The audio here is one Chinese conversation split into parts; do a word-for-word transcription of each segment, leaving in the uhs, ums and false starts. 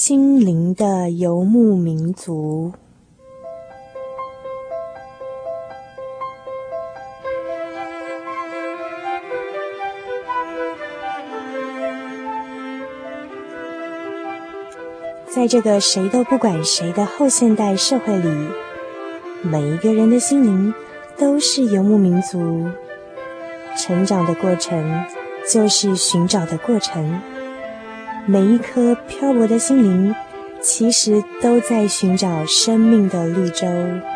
心灵的游牧民族。在这个谁都不管谁的后现代社会里，每一个人的心灵都是游牧民族。成长的过程就是寻找的过程，每一颗漂泊的心灵其实都在寻找生命的绿洲。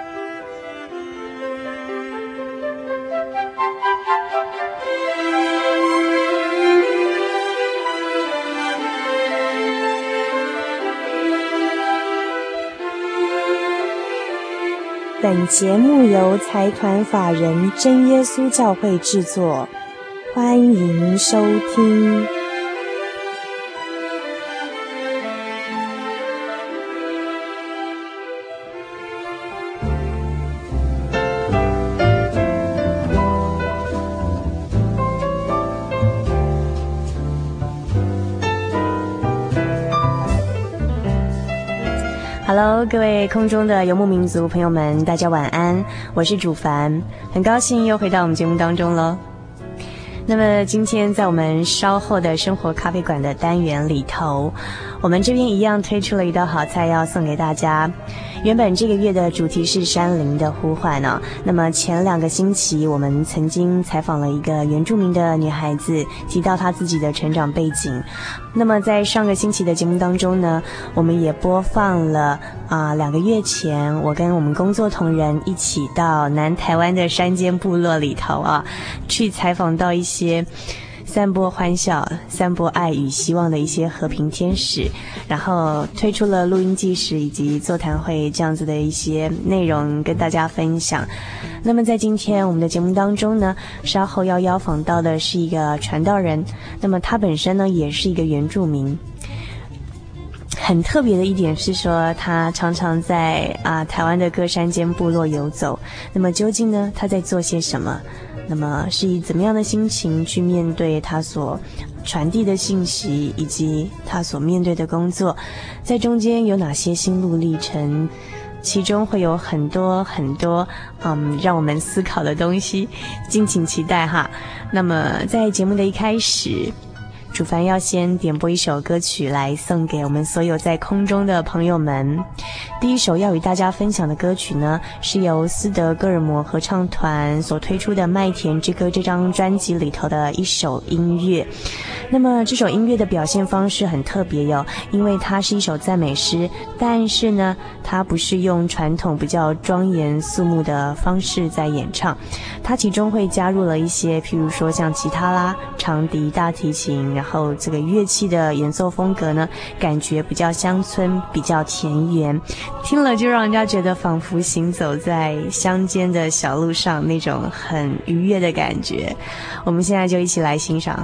本节目由财团法人真耶稣教会制作，欢迎收听。Hello， 各位空中的游牧民族朋友们，大家晚安，我是主凡，很高兴又回到我们节目当中咯。那么今天在我们稍后的生活咖啡馆的单元里头，我们这边一样推出了一道好菜要送给大家。原本这个月的主题是山林的呼唤呢、哦，那么前两个星期我们曾经采访了一个原住民的女孩子，提到她自己的成长背景。那么在上个星期的节目当中呢，我们也播放了啊、呃、两个月前我跟我们工作同仁一起到南台湾的山间部落里头啊，去采访到一些散播欢笑、散播爱与希望的一些和平天使，然后推出了录音纪实以及座谈会这样子的一些内容跟大家分享。那么在今天我们的节目当中呢，稍后要邀访到的是一个传道人，那么他本身呢也是一个原住民。很特别的一点是说，他常常在啊、呃、台湾的各山间部落游走。那么究竟呢，他在做些什么？那么是以怎么样的心情去面对他所传递的信息，以及他所面对的工作？在中间有哪些心路历程？其中会有很多很多嗯让我们思考的东西，敬请期待哈。那么在节目的一开始，主凡要先点播一首歌曲来送给我们所有在空中的朋友们。第一首要与大家分享的歌曲呢，是由斯德哥尔摩合唱团所推出的《麦田之歌》这张专辑里头的一首音乐。那么这首音乐的表现方式很特别哟，因为它是一首赞美诗，但是呢，它不是用传统比较庄严肃穆的方式在演唱，它其中会加入了一些，譬如说像吉他啦、长笛、大提琴，然后这个乐器的演奏风格呢，感觉比较乡村，比较田园，听了就让人家觉得仿佛行走在乡间的小路上，那种很愉悦的感觉。我们现在就一起来欣赏。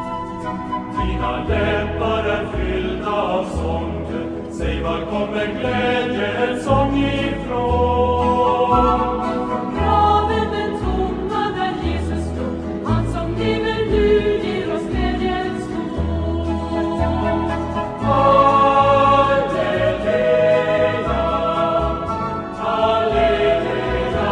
Dina läppar är fyllda av sånger, säg var kommer glädjens sång ifrån? Graven den tomma där Jesus stod, han som lever nu ger oss glädjens ton. Halleluja, halleluja,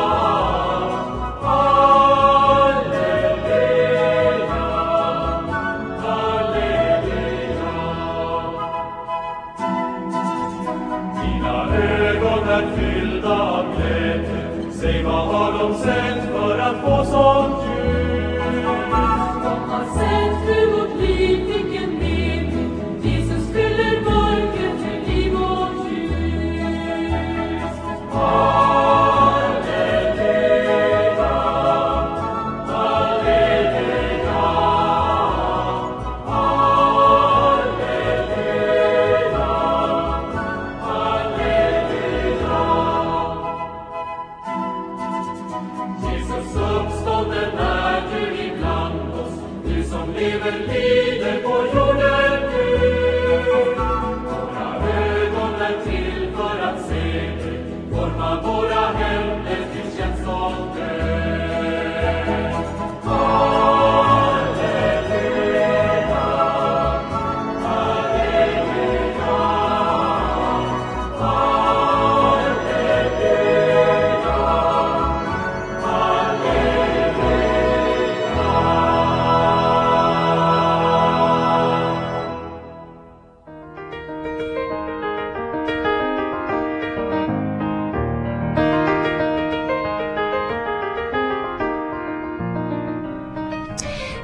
fyllda av glädje, säg vad har de sänt för att få sånt ljus? De har sänt för vårt liv, vilken mening, Jesus fyller mörkret med liv och ljus. Halleluja, halleluja, halleluja. Jesus uppstånden är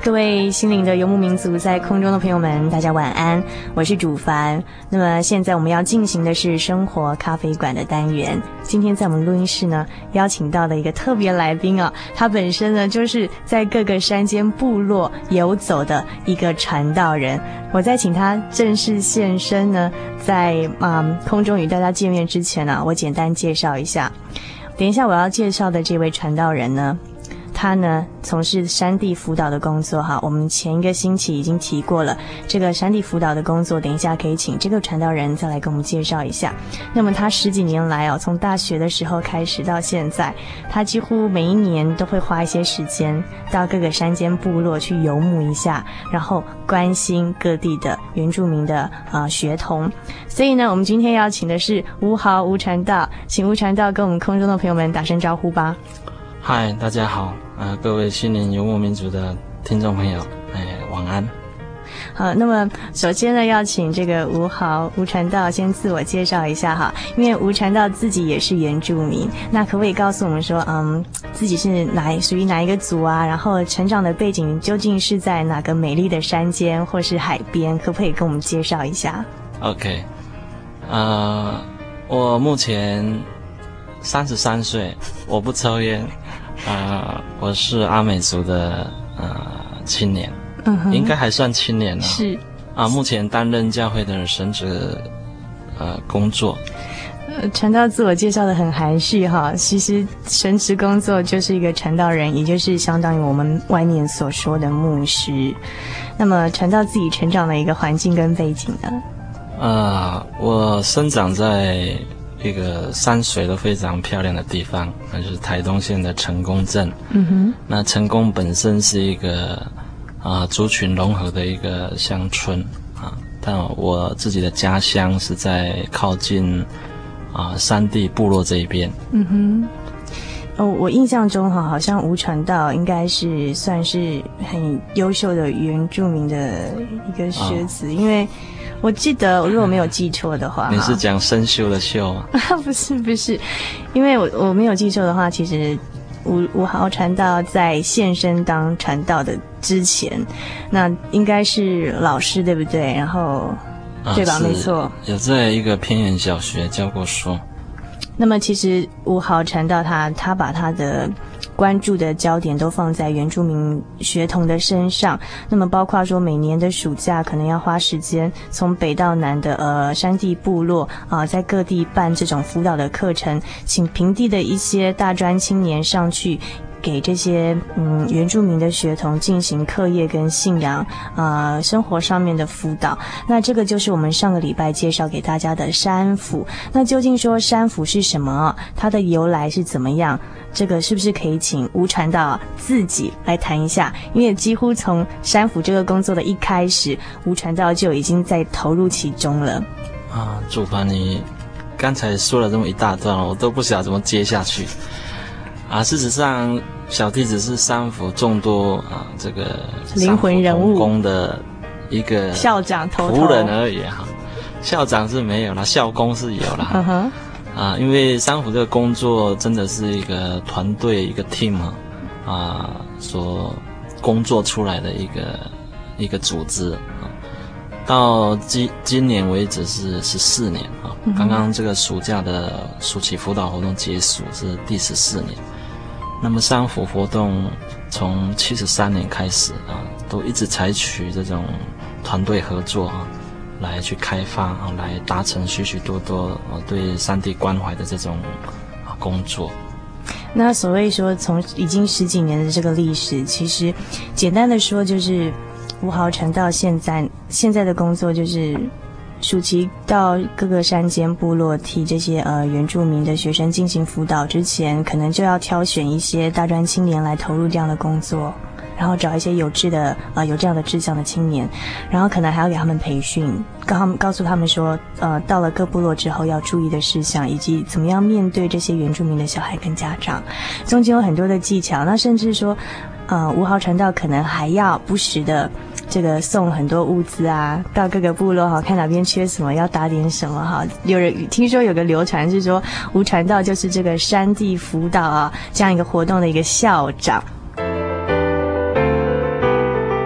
各位心灵的游牧民族在空中的朋友们，大家晚安，我是主凡。那么现在我们要进行的是生活咖啡馆的单元。今天在我们录音室呢，邀请到的一个特别来宾啊，他本身呢就是在各个山间部落游走的一个传道人。我在请他正式现身呢，在嗯空中与大家见面之前呢、啊，我简单介绍一下。等一下我要介绍的这位传道人呢，他呢从事山地辅导的工作哈，我们前一个星期已经提过了这个山地辅导的工作，等一下可以请这个传道人再来给我们介绍一下。那么他十几年来哦，从大学的时候开始到现在，他几乎每一年都会花一些时间到各个山间部落去游牧一下，然后关心各地的原住民的呃学童。所以呢，我们今天要请的是吴豪吴传道，请吴传道跟我们空中的朋友们打声招呼吧。 嗨，大家好，呃，各位心灵游牧民族的听众朋友，哎，晚安。 好，那么首先呢，要请这个吴豪吴传道先自我介绍一下哈，因为吴传道自己也是原住民，那可不可以告诉我们说，嗯，自己是哪属于哪一个族啊？然后成长的背景究竟是在哪个美丽的山间或是海边？可不可以跟我们介绍一下 ？OK， 呃，我目前三十三岁，我不抽烟。呃，我是阿美族的呃青年，嗯哼，应该还算青年了。 是啊，目前担任教会的神职呃工作。 呃，传道自我介绍的很含蓄哈，其实神职工作就是一个传道人，也就是相当于我们外面所说的牧师。那么传道自己成长的一个环境跟背景呢？ 呃，我生长在一个山水都非常漂亮的地方，那就是台东县的成功镇。嗯哼，那成功本身是一个啊、呃、族群融合的一个乡村啊，但我自己的家乡是在靠近啊、呃、山地部落这一边。 嗯哼，哦，我印象中哈，好像吴传道应该是算是很优秀的原住民的一个学子，哦、因为我记得，我如果没有记错的话， 你是讲生锈的锈吗？ 不是不是，因为我我没有记错的话，其实吴吴豪传道在现身当传道的之前，那应该是老师对不对？然后、啊、对吧？没错， 有在一个偏远小学教过书。 那么其实吴豪传道他他把他的关注的焦点都放在原住民学童的身上，那么包括说每年的暑假可能要花时间从北到南的呃山地部落啊、呃，在各地办这种辅导的课程，请平地的一些大专青年上去给这些嗯原住民的学童进行课业跟信仰呃生活上面的辅导。那这个就是我们上个礼拜介绍给大家的山辅。那究竟说山辅是什么？它的由来是怎么样？这个是不是可以请吴传道自己来谈一下？因为几乎从山辅这个工作的一开始，吴传道就已经在投入其中了。 啊，主凡，你刚才说了这么一大段，我都不晓得怎么接下去。啊，事实上，小弟只是山辅众多啊这个灵魂人物工的一个校长头头仆人而已哈。校长是没有啦，校工是有啦。嗯哼。啊，因为山辅这个工作真的是一个团队一个 team 啊所工作出来的一个一个组织啊。到今今年为止是十四年啊，嗯、刚刚这个暑假的暑期辅导活动结束是第十四年。那么山辅活动从七十三年开始啊，都一直采取这种团队合作啊。来去开发啊，来达成许许多多啊对山地关怀的这种啊工作。 那所谓说从已经十几年的这个历史，其实简单的说就是吴豪传到现在现在的工作就是暑期到各个山间部落替这些呃原住民的学生进行辅导之前，可能就要挑选一些大专青年来投入这样的工作。然后找一些有志的呃有这样的志向的青年，然后可能还要给他们培训，告他们告诉他们说，呃，到了各部落之后要注意的事项，以及怎么样面对这些原住民的小孩跟家长，中间有很多的技巧。那甚至说，呃，吴豪传道可能还要不时的这个送很多物资啊，到各个部落哈，看哪边缺什么要打点什么哈。有人听说有个流传是说，吴传道就是这个山地辅导啊这样一个活动的一个校长。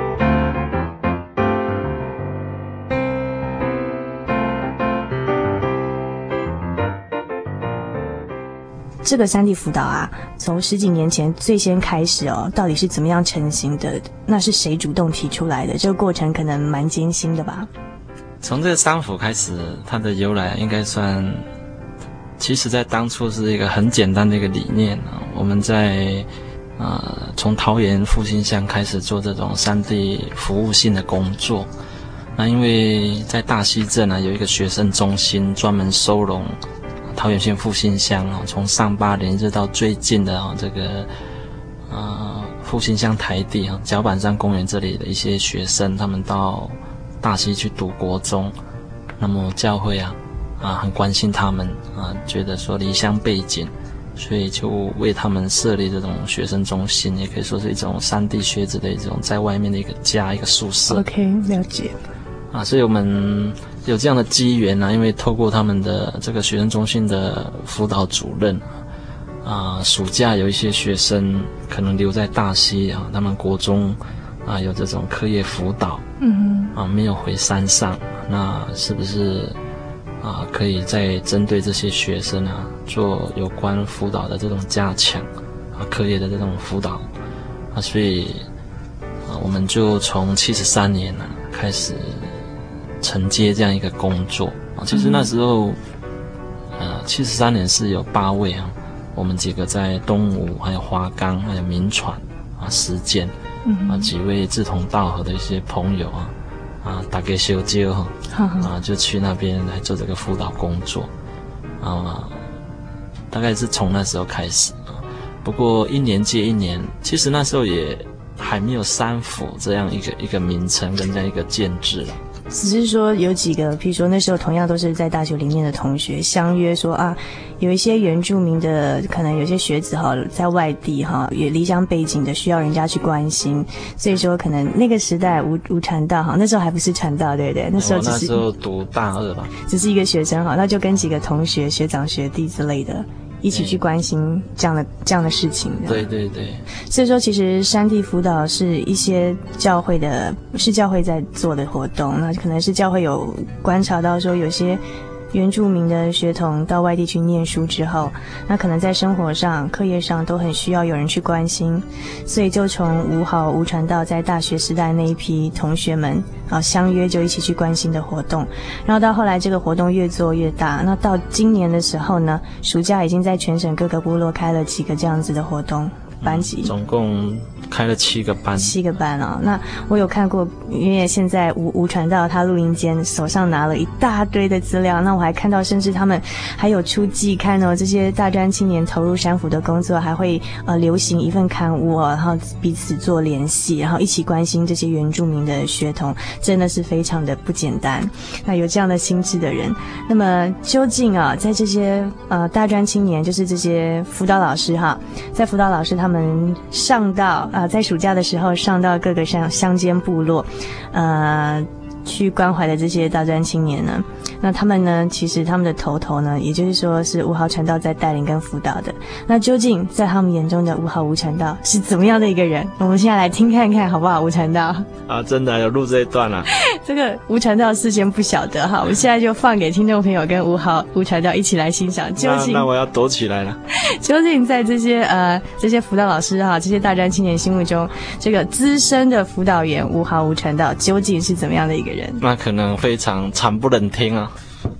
这个山地辅导啊，从十几年前最先开始哦，到底是怎么样成型的？那是谁主动提出来的？这个过程可能蛮艰辛的吧？ 从这个三辅开始，它的由来应该算，其实在当初是一个很简单的一个理念啊。我们在呃从桃园复兴乡开始做这种山地服务性的工作。那因为在大溪镇啊有一个学生中心，专门收容桃园县复兴乡啊，从上八连一直到最近的啊这个呃复兴乡台地啊脚板山公园这里的一些学生，他们到大溪去读国中，那么教会啊啊很关心他们啊，觉得说离乡背井，所以就为他们设立这种学生中心，也可以说是一种山地学子的一种在外面的一个家，一个宿舍。 OK， 了解。 啊，所以我们有这样的机缘啊，因为透过他们的这个学生中心的辅导主任啊，暑假有一些学生可能留在大溪啊，他们国中啊有这种课业辅导，嗯啊没有回山上，那是不是啊可以再针对这些学生啊做有关辅导的这种加强啊课业的这种辅导啊，所以啊我们就从七十三年呢、啊、开始承接这样一个工作啊。其实那时候呃七十三年是有八位啊，我们几个在东吴还有花岗还有民传啊实践啊几位志同道合的一些朋友啊啊大家相招哈啊就去那边来做这个辅导工作啊，大概是从那时候开始啊。不过一年接一年，其实那时候也还没有三辅这样一个一个名称跟这样一个建制了。 只是说有几个，譬如说那时候同样都是在大学里面的同学相约说啊，有一些原住民的可能有些学子哈在外地哈也离乡背景的，需要人家去关心，所以说可能那个时代无无传道哈，那时候还不是传道对不对？那时候只是、 哦、那时候读大二吧， 只是一个学生哈，那就跟几个同学学长学弟之类的一起去关心这样的这样的事情。 对对对， 所以说其实山地辅导是一些教会的，是教会在做的活动，那可能是教会有观察到说有些原住民的学童到外地去念书之后，那可能在生活上课业上都很需要有人去关心，所以就从吴豪吴传道在大学时代那一批同学们啊相约就一起去关心的活动，然后到后来这个活动越做越大，那到今年的时候呢，暑假已经在全省各个部落开了几个这样子的活动班级、 嗯、总共开了七个班， 七个班哦。那我有看过，因为现在吴吴传道他录音间手上拿了一大堆的资料，那我还看到甚至他们还有出季刊哦，这些大专青年投入山辅的工作，还会呃流行一份刊物哦，然后彼此做联系，然后一起关心这些原住民的学童，真的是非常的不简单。那有这样的心智的人，那么究竟啊，在这些呃大专青年，就是这些辅导老师哈，在辅导老师他们上到啊、呃，在暑假的时候上到各个乡乡间部落，呃，去关怀的这些大专青年呢，那他们呢，其实他们的头头呢，也就是说是吴豪传道在带领跟辅导的。那究竟在他们眼中的吴豪吴传道是怎么样的一个人？我们现在来听看看好不好？吴传道啊，真的有录这一段啊。 这个吴传道事先不晓得哈，我们现在就放给听众朋友跟吴豪吴传道一起来欣赏。究竟那, 那我要躲起来了。 究竟在这些呃这些辅导老师哈，这些大专青年心目中，这个资深的辅导员吴豪吴传道究竟是怎么样的一个人？ 那可能非常惨不忍听啊。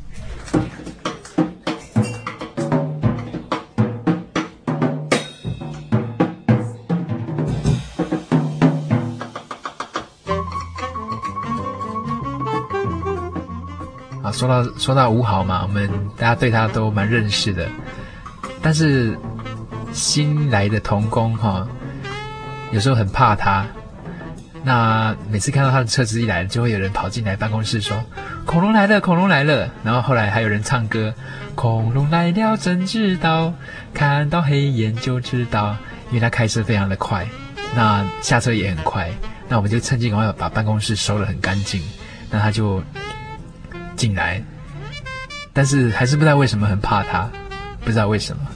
啊，说到说到吴豪嘛，我们大家对他都蛮认识的，但是新来的同工哈，有时候很怕他。那每次看到他的车子一来，就会有人跑进来办公室说：“恐龙来了，恐龙来了。”然后后来还有人唱歌：“恐龙来了真知道，看到黑眼就知道。”因为他开车非常的快，那下车也很快，那我们就趁机赶快把办公室收得很干净。那他就进来，但是还是不知道为什么很怕他，不知道为什么。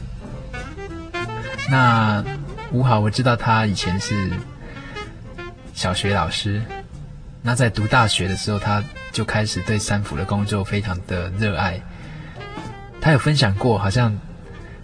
那吴豪，我知道他以前是小学老师，那在读大学的时候，他就开始对山辅的工作非常的热爱。他有分享过，好像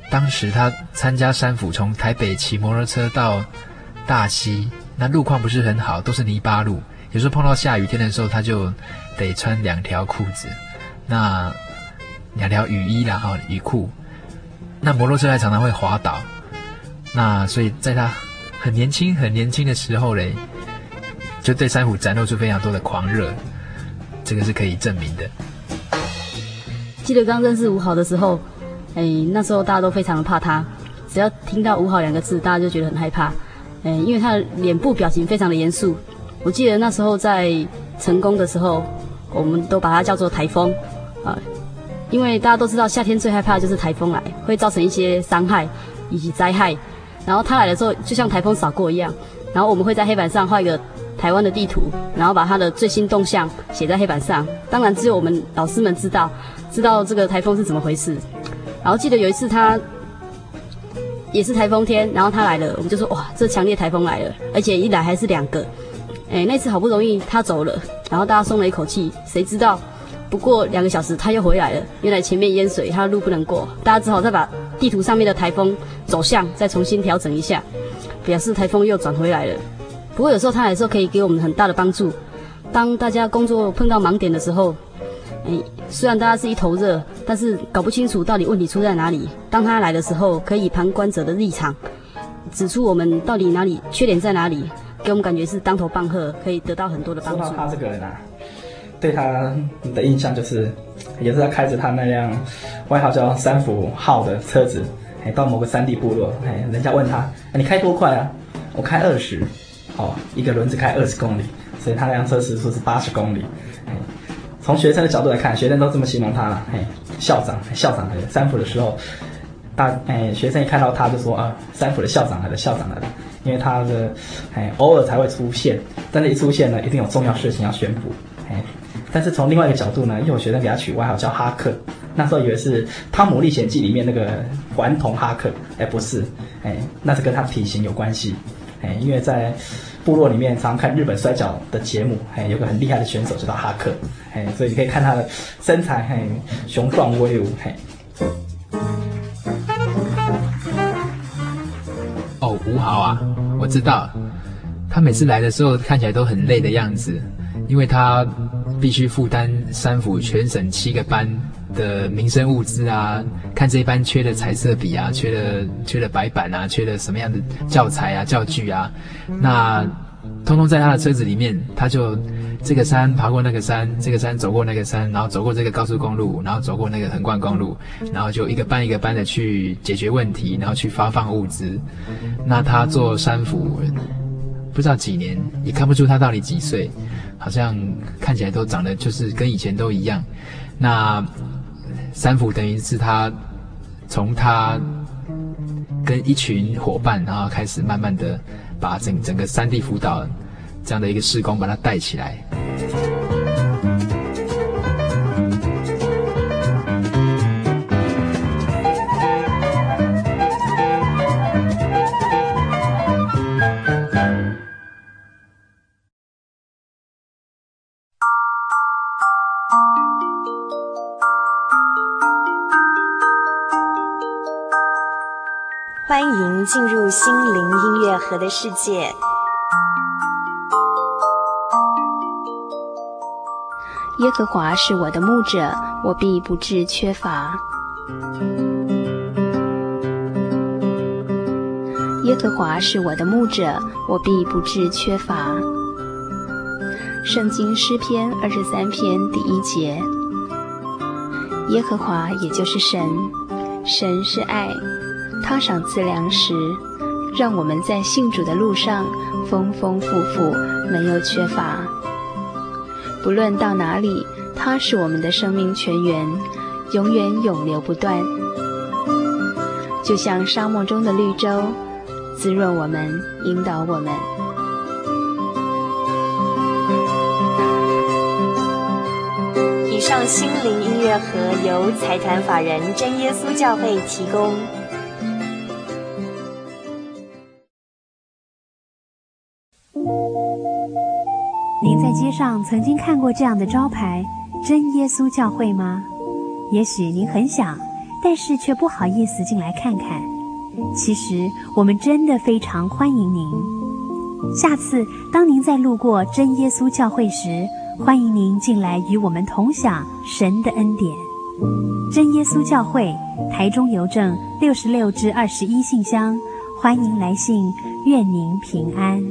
当时他参加山辅，从台北骑摩托车到大溪，那路况不是很好，都是泥巴路，有时候碰到下雨天的时候，他就得穿两条裤子，那两条雨衣啦，哈，雨裤。那摩托车还常常会滑倒，那所以在他很年轻很年轻的时候嘞，就对山辅展露出非常多的狂热，这个是可以证明的。 记得刚认识吴豪的时候，哎，那时候大家都非常的怕他，只要听到吴豪两个字，大家就觉得很害怕，哎，因为他的脸部表情非常的严肃。我记得那时候在成功的时候，我们都把它叫做台风，啊。因为大家都知道夏天最害怕的就是台风来，会造成一些伤害以及灾害。然后他来的时候就像台风扫过一样，然后我们会在黑板上画一个台湾的地图，然后把他的最新动向写在黑板上。当然只有我们老师们知道，知道这个台风是怎么回事。然后记得有一次他也是台风天，然后他来了，我们就说哇，这强烈台风来了，而且一来还是两个。哎，那次好不容易他走了，然后大家松了一口气，谁知道不过两个小时他又回来了，原来前面淹水，他的路不能过，大家只好再把地图上面的台风走向再重新调整一下，表示台风又转回来了。不过有时候他来的时候可以给我们很大的帮助，当大家工作碰到盲点的时候，诶，虽然大家是一头热，但是搞不清楚到底问题出在哪里，当他来的时候可以旁观者的立场指出我们到底哪里缺点在哪里，给我们感觉是当头棒喝，可以得到很多的帮助。 说到他这个人啊，对他的印象就是，也是他开着他那辆外号叫三福号的车子，哎，到某个山地部落，哎，人家问他，哎，你开多快啊？我开二十，哦，一个轮子开二十公里，所以他那辆车时速是八十公里。哎，从学生的角度来看，学生都这么形容他了，哎，校长，校长来了，三福的时候，大，哎，学生一看到他就说啊，三福的校长来了，校长来了。因为他的，哎，偶尔才会出现，但是一出现呢，一定有重要事情要宣布，哎。但是从另外一个角度呢，又有学生给他取外号叫哈克，那时候以为是《汤姆历险记》里面那个顽童哈克，哎，不是，哎，那是跟他体型有关系，哎，因为在部落里面常看日本摔跤的节目，哎，有个很厉害的选手叫做哈克，哎，所以你可以看他的身材，哎，雄壮威武，哎。 哦，吴豪啊，我知道，他每次来的时候看起来都很累的样子，因为他必须负担三府全省七个班的民生物资啊，看这一班缺的彩色笔啊，缺的缺的白板啊，缺的什么样的教材啊、教具啊，那通通在他的车子里面，他就这个山爬过那个山，这个山走过那个山，然后走过这个高速公路，然后走过那个横贯公路，然后就一个班一个班的去解决问题，然后去发放物资。那他做山辅不知道几年，也看不出他到底几岁，好像看起来都长得就是跟以前都一样。那山辅等于是他从他跟一群伙伴，然后开始慢慢的把整整个山地辅导这样的一个事工把它带起来。 欢迎进入心灵音乐盒的世界。耶和华是我的牧者，我必不致缺乏。耶和华是我的牧者，我必不致缺乏。圣经诗篇二十三篇第一节。耶和华也就是神，神是爱，他赏赐粮食，让我们在信主的路上丰丰富富，没有缺乏。不论到哪里，他是我们的生命泉源，永远永流不断。就像沙漠中的绿洲，滋润我们，引导我们。以上心灵音乐盒由财团法人真耶稣教会提供。 您在街上曾经看过这样的招牌“真耶稣教会”吗？也许您很想， 但是却不好意思进来看看。其实我们真的非常欢迎您。下次当您在路过真耶稣教会时，欢迎您进来与我们同享神的恩典。真耶稣教会，台中邮政六十六至二十一信箱，欢迎来信，愿您平安。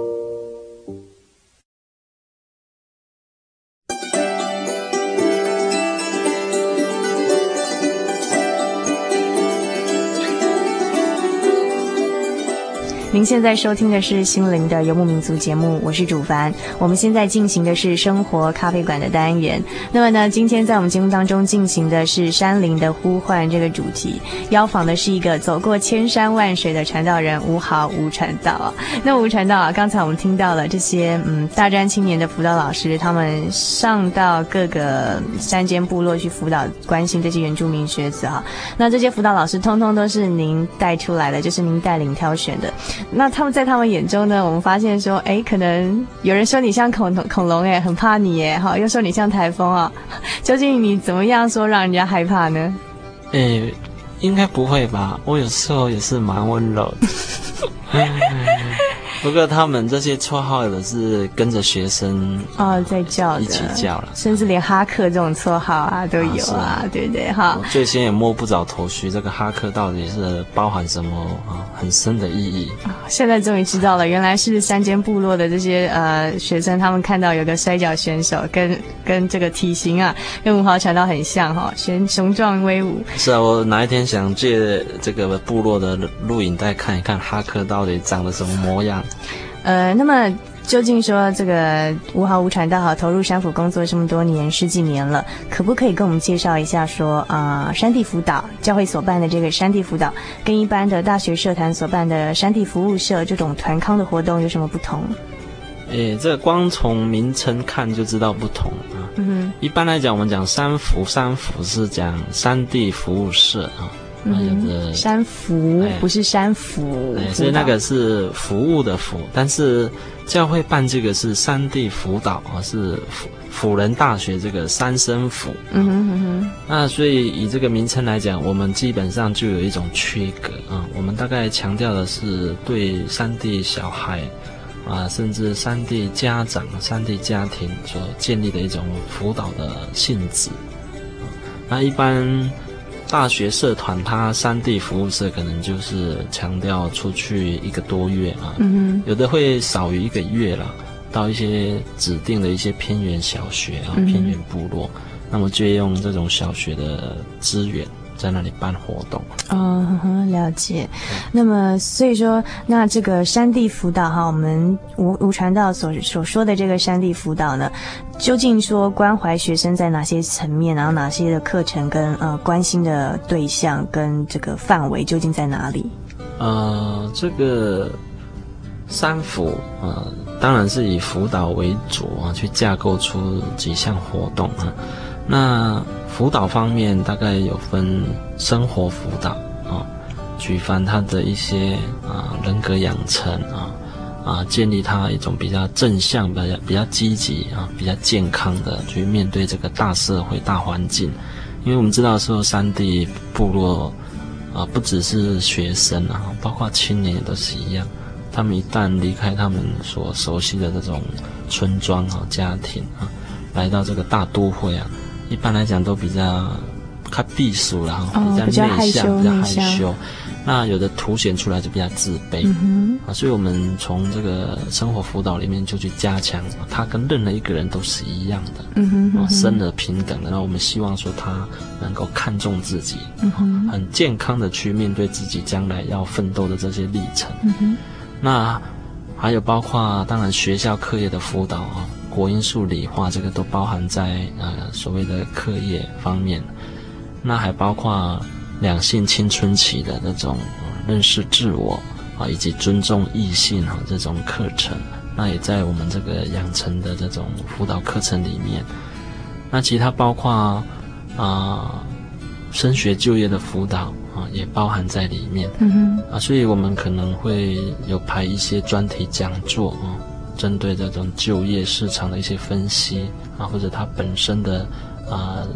您现在收听的是心灵的游牧民族节目，我是主凡。我们现在进行的是生活咖啡馆的单元。那么呢，今天在我们节目当中进行的是山林的呼唤这个主题，邀访的是一个走过千山万水的传道人吴豪吴传道。那吴传道啊，刚才我们听到了这些嗯大专青年的辅导老师，他们上到各个山间部落去辅导关心这些原住民学子啊。那这些辅导老师通通都是您带出来的，就是您带领挑选的。那他们在他们眼中呢，我们发现说，哎，可能有人说你像恐恐龙，哎，很怕你，哎，哈，又说你像台风啊，究竟你怎么样说让人家害怕呢？ 哎，应该不会吧？我有时候也是蛮温柔的。不过他们这些绰号的是跟着学生哦在叫的， 一起叫了， 甚至连哈克这种绰号啊都有啊，啊对不对？哈， 我最先也摸不着头绪，这个哈克到底是包含什么啊很深的意义？ 现在终于知道了，原来是山间部落的这些呃学生，他们看到有个摔跤选手，跟跟这个体型啊，跟吴豪传道很像哈、哦，雄雄壮威武。 是啊，我哪一天想借这个部落的录影带看一看哈克到底长得什么模样。 呃，那么究竟说这个吴豪吴传道好投入山辅工作这么多年，十几年了，可不可以跟我们介绍一下说啊、呃，山地辅导教会所办的这个山地辅导，跟一般的大学社团所办的山地服务社这种团康的活动有什么不同？ 诶，这个光从名称看就知道不同啊。嗯哼，一般来讲，我们讲山辅，山辅是讲山地服务社啊。 嗯，有的山服不是山辅， 所以那个是服务的服，但是教会办这个是山地辅导啊，是辅辅仁大学这个三生辅。嗯哼嗯哼。那所以以这个名称来讲，我们基本上就有一种区隔啊。我们大概强调的是对山地小孩啊，甚至山地家长、山地家庭所建立的一种辅导的性质。那一般大学社团它山地服务社可能就是强调出去一个多月啊，嗯、有的会少于一个月啦，到一些指定的一些偏远小学啊、嗯、偏远部落，那么就用这种小学的资源在那里办活动。 哦，呵呵，了解。那么所以说，那这个山地辅导哈，我们吴吴传道所所说的这个山地辅导呢，究竟说关怀学生在哪些层面，然后哪些的课程跟呃关心的对象跟这个范围究竟在哪里？ 呃，这个山辅呃，当然是以辅导为主啊，去架构出几项活动啊。那辅导方面大概有分生活辅导啊，举凡他的一些啊人格养成啊啊，建立他一种比较正向、比较比较积极啊、比较健康的去面对这个大社会、大环境。因为我们知道说山地部落啊，不只是学生啊，包括青年也都是一样。他们一旦离开他们所熟悉的这种村庄啊、家庭啊，来到这个大都会啊。一般来讲都比较较避暑啦， 哦、 比较内向，比较害羞。 羞那有的凸显出来就比较自卑、嗯、啊，所以我们从这个生活辅导里面就去加强，他跟任何一个人都是一样的，嗯哼嗯哼啊，生而平等的。然后我们希望说他能够看重自己，嗯哼，很健康的去面对自己将来要奋斗的这些历程。嗯哼，那还有包括当然学校课业的辅导啊。国英数理化这个都包含在呃所谓的课业方面，那还包括两性青春期的那种、呃、认识自我啊，以及尊重异性啊这种课程，那也在我们这个养成的这种辅导课程里面。那其他包括啊、呃、升学就业的辅导啊，也包含在里面。嗯哼啊，所以我们可能会有排一些专题讲座啊。针对这种就业市场的一些分析啊，或者它本身的啊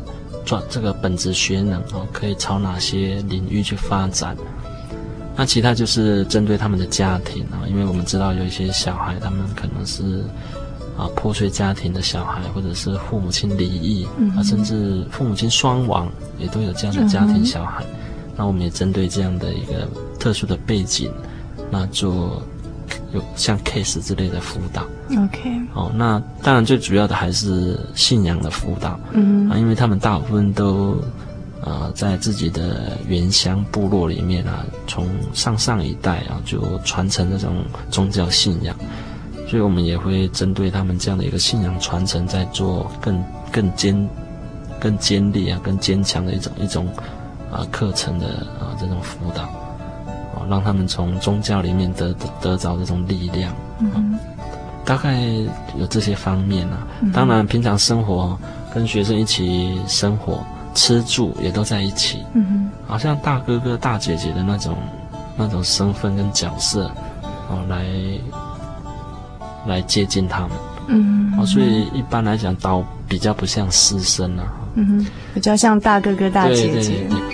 专这个本职学能哦，可以朝哪些领域去发展。那其他就是针对他们的家庭啊，因为我们知道有一些小孩，他们可能是啊破碎家庭的小孩，或者是父母亲离异、嗯、啊，甚至父母亲双亡，也都有这样的家庭小孩。嗯、那我们也针对这样的一个特殊的背景，那做有像 case 之类的辅导。 OK。 哦，那当然最主要的还是信仰的辅导。嗯啊，因为他们大部分都。呃，在自己的原乡部落里面啊，从上上一代啊就传承这种宗教信仰，所以我们也会针对他们这样的一个信仰传承，在做更更坚、更坚立啊、更坚强的一种一种啊课程的啊这种辅导，啊，让他们从宗教里面得得得着这种力量。嗯，大概有这些方面啊。嗯、当然，平常生活跟学生一起生活。吃住也都在一起，嗯哼，好像大哥哥大姐姐的那种那种身份跟角色，哦，来来接近他们，嗯哼，哦，所以一般来讲，倒比较不像师生啊， 嗯哼，比较像大哥哥大姐姐。对对对。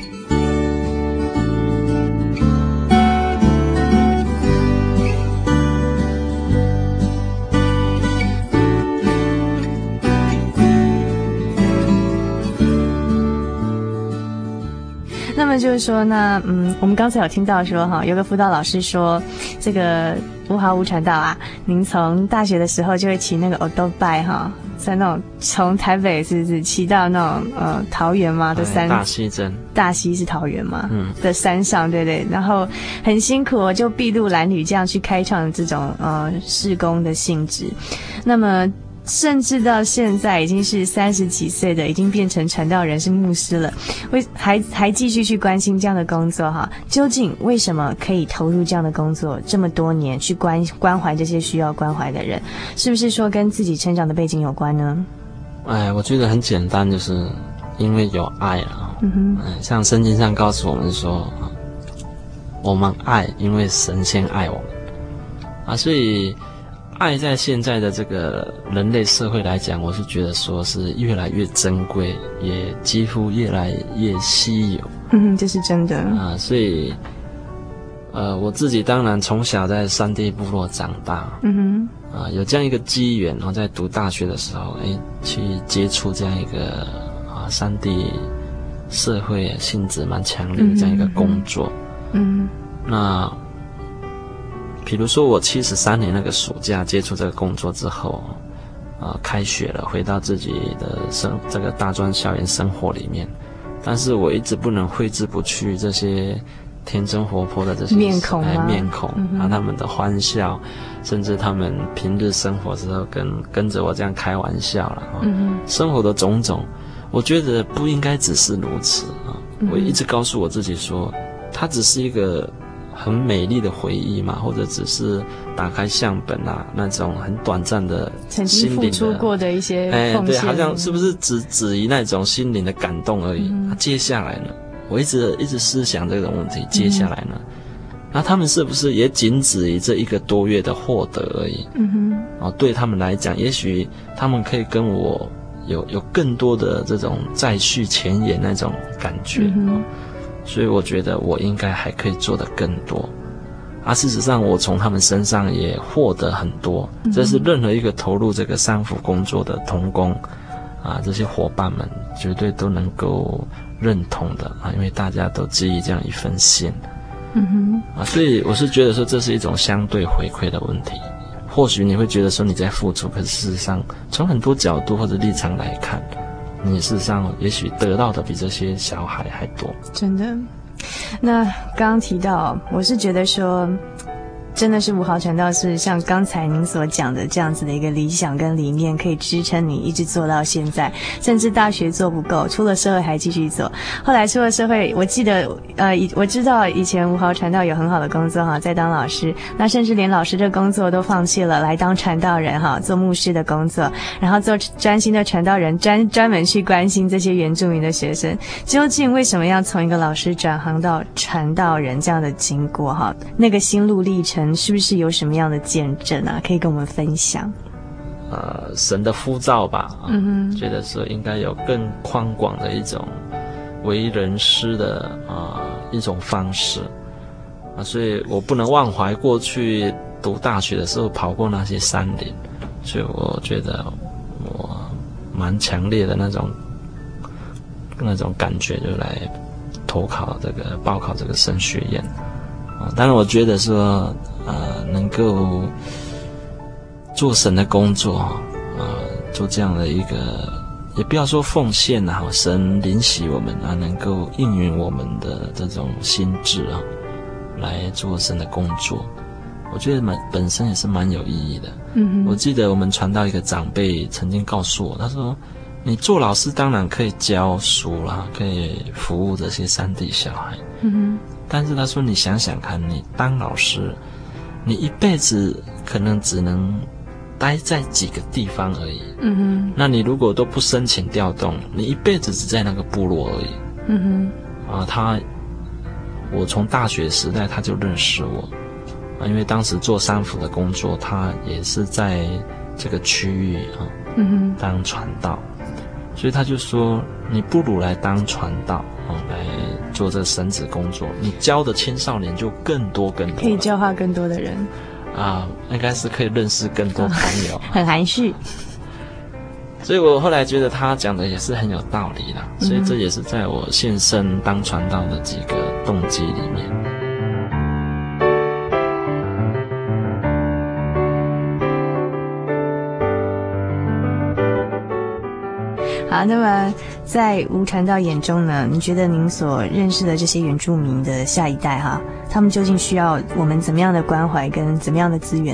那么就是说呢，嗯，我们刚才有听到说哈，有个辅导老师说，这个吴豪吴传道啊，您从大学的时候就会骑那个 Autobike 哈，在那种从台北是不是骑到那种呃桃园嘛的山， 大溪镇， 大溪是桃园嘛，嗯，的山上，对对，然后很辛苦，我就筚路蓝缕这样去开创这种呃事工的性质，那么。甚至到现在已经是三十几岁的，已经变成传道人，是牧师了，为还还继续去关心这样的工作哈？究竟为什么可以投入这样的工作这么多年，去关关怀这些需要关怀的人？是不是说跟自己成长的背景有关呢？ 哎，我觉得很简单，就是因为有爱啊。嗯哼，嗯，像圣经上告诉我们说，我们爱，因为神先爱我们啊，所以。爱在现在的这个人类社会来讲，我是觉得说是越来越珍贵，也几乎越来越稀有。 嗯，这是真的啊。所以，呃，我自己当然从小在山地部落长大。嗯哼。啊，有这样一个机缘，然后在读大学的时候，哎，去接触这样一个啊山地社会性质蛮强烈的这样一个工作。嗯。那。比如说我七十三年那个暑假接触这个工作之后，呃，开学了，回到自己的生这个大专校园生活里面，但是我一直不能挥之不去这些天真活泼的这些面孔啊， 面孔，嗯、啊，他们的欢笑，甚至他们平日生活时候跟跟着我这样开玩笑了啊，嗯、生活的种种，我觉得不应该只是如此啊，嗯、我一直告诉我自己说，它只是一个。很美丽的回忆嘛，或者只是打开相本啊，那种很短暂的曾经付出过的一些奉献， 哎，对，好像是不是只止于那种心灵的感动而已？嗯啊、接下来呢，我一直一直思想这种问题，接下来呢，嗯、那他们是不是也仅止于这一个多月的获得而已？嗯哼，哦，对他们来讲，也许他们可以跟我有有更多的这种再续前缘那种感觉。嗯所以我觉得我应该还可以做得更多，啊，事实上我从他们身上也获得很多，这是任何一个投入这个三福工作的同工，啊，这些伙伴们绝对都能够认同的啊，因为大家都基于这样一份心，嗯哼，啊，所以我是觉得说这是一种相对回馈的问题。或许你会觉得说你在付出，可是事实上从很多角度或者立场来看。你事实上也许得到的比这些小孩还多， 真的。那刚刚提到，我是觉得说真的是吴豪传道是像刚才您所讲的这样子的一个理想跟理念，可以支撑你一直做到现在，甚至大学做不够，出了社会还继续做。后来出了社会，我记得呃，我知道以前吴豪传道有很好的工作哈，在当老师，那甚至连老师的工作都放弃了，来当传道人哈，做牧师的工作，然后做专心的传道人，专专门去关心这些原住民的学生。究竟为什么要从一个老师转行到传道人这样的经过哈？那个心路历程。是不是有什么样的见证啊？可以跟我们分享？ 呃神的呼召吧，啊、嗯，觉得说应该有更宽广的一种为人师的啊、呃、一种方式啊，所以我不能忘怀过去读大学的时候跑过那些山林，所以我觉得我蛮强烈的那种那种感觉，就来投考这个报考这个神学院啊。当然，我觉得说呃能够做神的工作啊、呃，做这样的一个，也不要说奉献啊，神允许我们啊，能够应允我们的这种心志啊，来做神的工作。我觉得蛮本身也是蛮有意义的。嗯，我记得我们传道一个长辈曾经告诉我，他说：“你做老师当然可以教书啦，可以服务这些山地小孩。嗯，但是他说你想想看，你当老师，你一辈子可能只能待在几个地方而已。嗯哼，那你如果都不申请调动，你一辈子只在那个部落而已。嗯哼，啊，他，我从大学时代他就认识我。”因为当时做三福的工作，他也是在这个区域啊，嗯、当传道，所以他就说：“你不如来当传道啊，来做这个神子工作，你教的青少年就更多更多， 可以教化更多的人啊，应该是可以认识更多朋友， 哦、很含蓄。” 所以我后来觉得他讲的也是很有道理啦，所以这也是在我献身当传道的几个动机里面。 好，那么在吴传道眼中呢，你觉得您所认识的这些原住民的下一代哈，他们究竟需要我们怎么样的关怀跟怎么样的资源？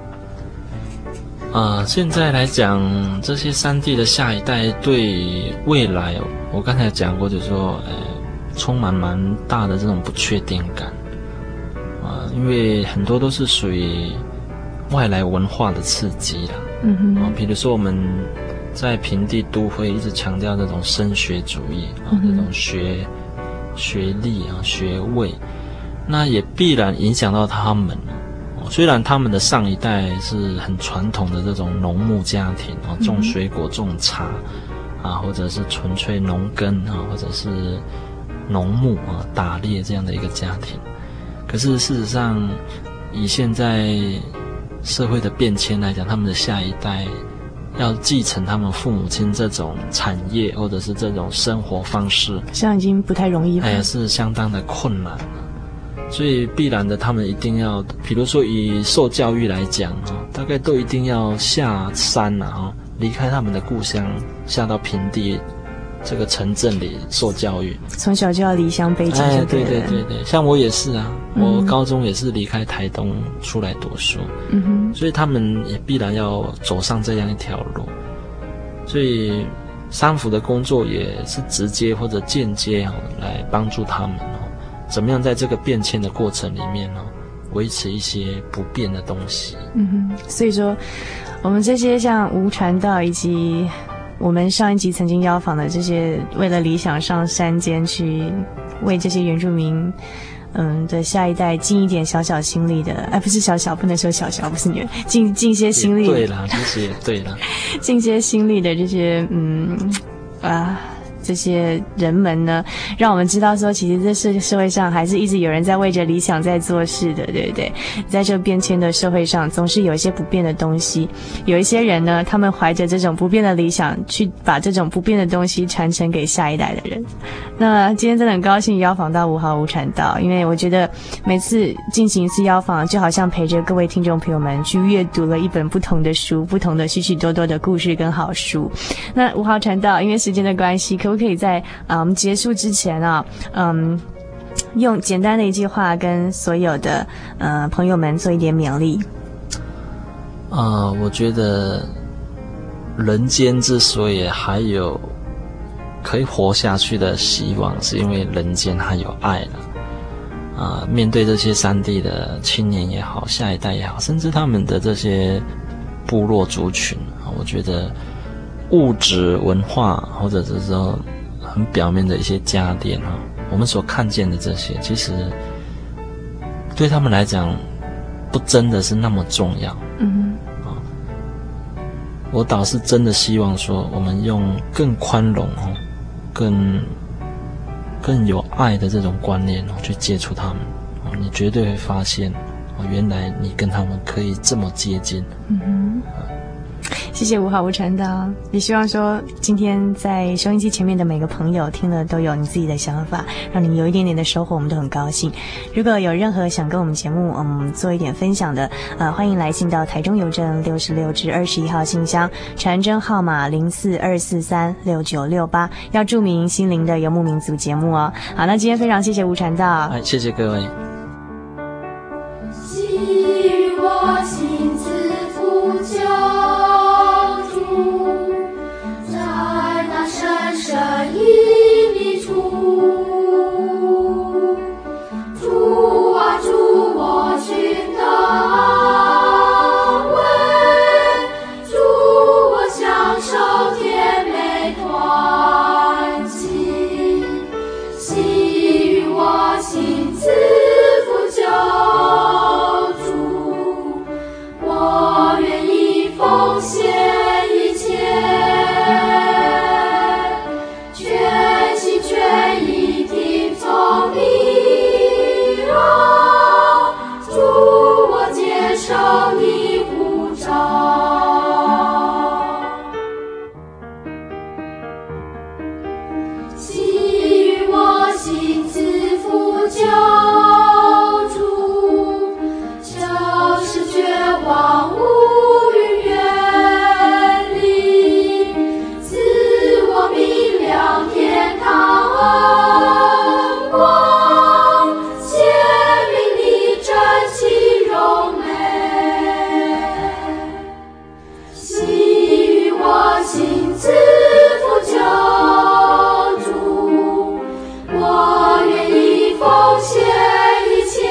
啊、呃，现在来讲，这些山地的下一代对未来，我刚才讲过，就是说，呃，充满蛮大的这种不确定感啊、呃，因为很多都是属于外来文化的刺激啦。嗯哼，啊，比如说我们在平地都会一直强调这种升学主义啊，这种学学历啊、学位，那也必然影响到他们。虽然他们的上一代是很传统的这种农牧家庭啊，种水果、种茶啊，或者是纯粹农耕啊，或者是农牧啊、打猎这样的一个家庭，可是事实上，以现在社会的变迁来讲，他们的下一代要继承他们父母亲这种产业或者是这种生活方式， 这样已经不太容易了， 哎，是相当的困难了。所以必然的，他们一定要，比如说以受教育来讲啊，大概都一定要下山啊，离开他们的故乡，下到平地这个城镇里受教育。从小就要离乡背井。 哎，对对对对，像我也是啊，嗯、我高中也是离开台东出来读书。嗯哼，所以他们也必然要走上这样一条路。所以三福的工作也是直接或者间接啊，来帮助他们。怎么样在这个变迁的过程里面呢，维持一些不变的东西？ 嗯哼，所以说，我们这些像吴传道以及我们上一集曾经邀访的这些为了理想上山间去为这些原住民，嗯的下一代尽一点小小心力的，哎，不是小小，不能说小小，不是你尽尽些心力。 对啦，其实也对啦， 尽些心力的这些，嗯啊。这些人们呢，让我们知道说，其实这社社会上还是一直有人在为着理想在做事的，对不对？在这变迁的社会上，总是有一些不变的东西。有一些人呢，他们怀着这种不变的理想，去把这种不变的东西传承给下一代的人。那今天真的很高兴邀访到吴豪吴传道，因为我觉得每次进行一次邀访，就好像陪着各位听众朋友们去阅读了一本不同的书，不同的许许多多的故事跟好书。那吴豪传道，因为时间的关系，可不可以在啊、呃、我们结束之前啊，嗯，用简单的一句话跟所有的呃朋友们做一点勉励？ 啊、呃，我觉得人间之所以还有可以活下去的希望，是因为人间还有爱了。啊、呃，面对这些山地的青年也好，下一代也好，甚至他们的这些部落族群啊，我觉得物质文化或者是说很表面的一些家电啊，我们所看见的这些，其实对他们来讲，不真的是那么重要。嗯啊， 我倒是真的希望说，我们用更宽容哦，更更有爱的这种观念哦，去接触他们哦，你绝对会发现哦，原来你跟他们可以这么接近。 嗯哼。谢谢吴好吴传道，也希望说今天在收音机前面的每个朋友听了都有你自己的想法，让你有一点点的收获，我们都很高兴。如果有任何想跟我们节目嗯做一点分享的，呃，欢迎来信到台中邮政六十六至二十一号信箱，传真号码零四二四三六九六八，要注明心灵的游牧民族节目哦。好，那今天非常谢谢吴传道， 哎，谢谢各位。 昔我亲自呼救，在那深深隐秘处，主啊主，我寻得安慰，主我享受甜美团契，昔与我亲自呼救主，我愿意奉献一切，全心全意听从你啊，主我接受你呼召，昔与我亲自呼救主，就是绝望无云远离，赐我明亮天堂恩光，显明你真情荣美，昔与我亲自呼救主，我愿意奉献一切，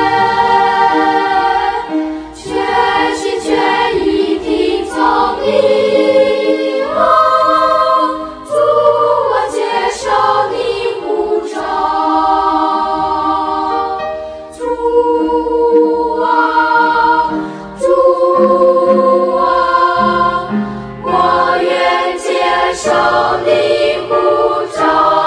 全心全意听从你啊，主我接受你呼召，主啊主啊，我愿接受你呼召。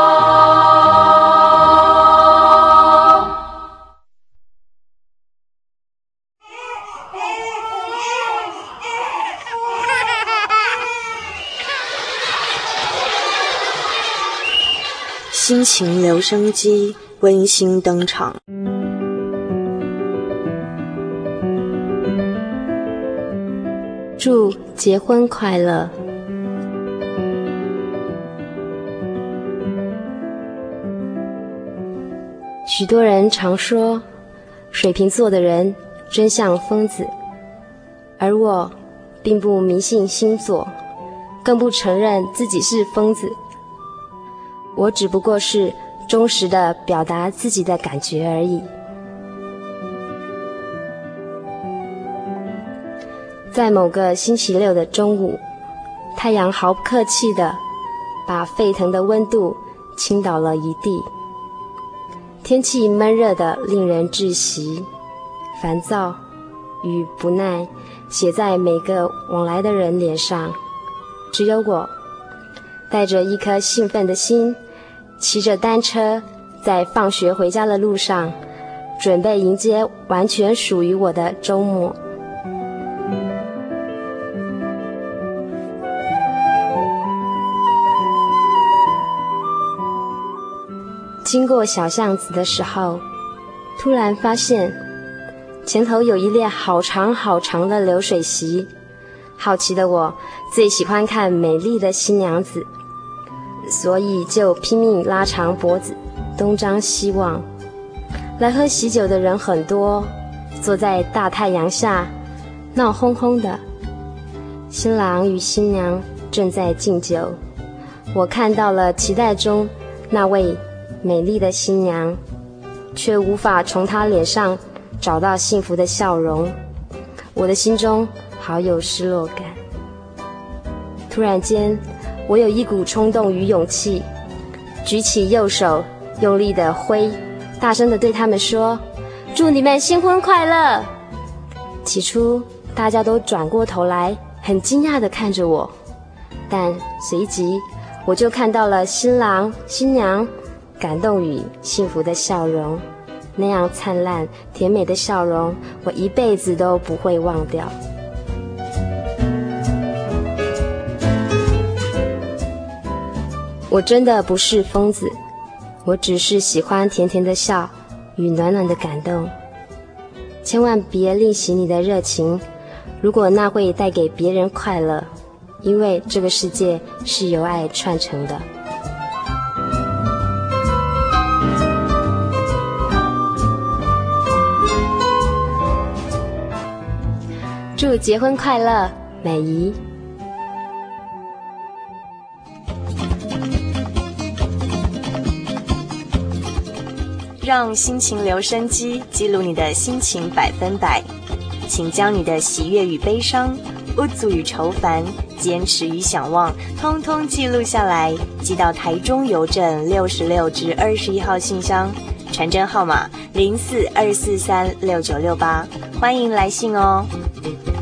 心情留声机温馨登场。 祝结婚快乐！许多人常说，水瓶座的人真像疯子，而我并不迷信星座，更不承认自己是疯子。我只不过是忠实地表达自己的感觉而已。在某个星期六的中午，太阳毫不客气地把沸腾的温度倾倒了一地，天气闷热得令人窒息，烦躁与不耐写在每个往来的人脸上。只有我带着一颗兴奋的心，骑着单车在放学回家的路上，准备迎接完全属于我的周末。经过小巷子的时候，突然发现前头有一列好长好长的流水席。好奇的我最喜欢看美丽的新娘子，所以就拼命拉长脖子东张西望。来喝喜酒的人很多，坐在大太阳下闹哄哄的。新郎与新娘正在敬酒，我看到了期待中那位美丽的新娘，却无法从她脸上找到幸福的笑容。我的心中好有失落感。突然间，我有一股冲动与勇气，举起右手，用力地挥，大声地对他们说：“祝你们新婚快乐！”起初，大家都转过头来很惊讶地看着我，但随即我就看到了新郎新娘感动与幸福的笑容，那样灿烂甜美的笑容，我一辈子都不会忘掉。我真的不是疯子，我只是喜欢甜甜的笑与暖暖的感动。千万别吝惜你的热情，如果那会带给别人快乐，因为这个世界是由爱串成的。祝结婚快乐，美仪。 让心情留声机记录你的心情百分百，请将你的喜悦与悲伤、无助与愁烦、坚持与想望，通通记录下来，寄到台中邮政六十六至二十一号信箱，传真号码零四二四三六九六八，欢迎来信哦。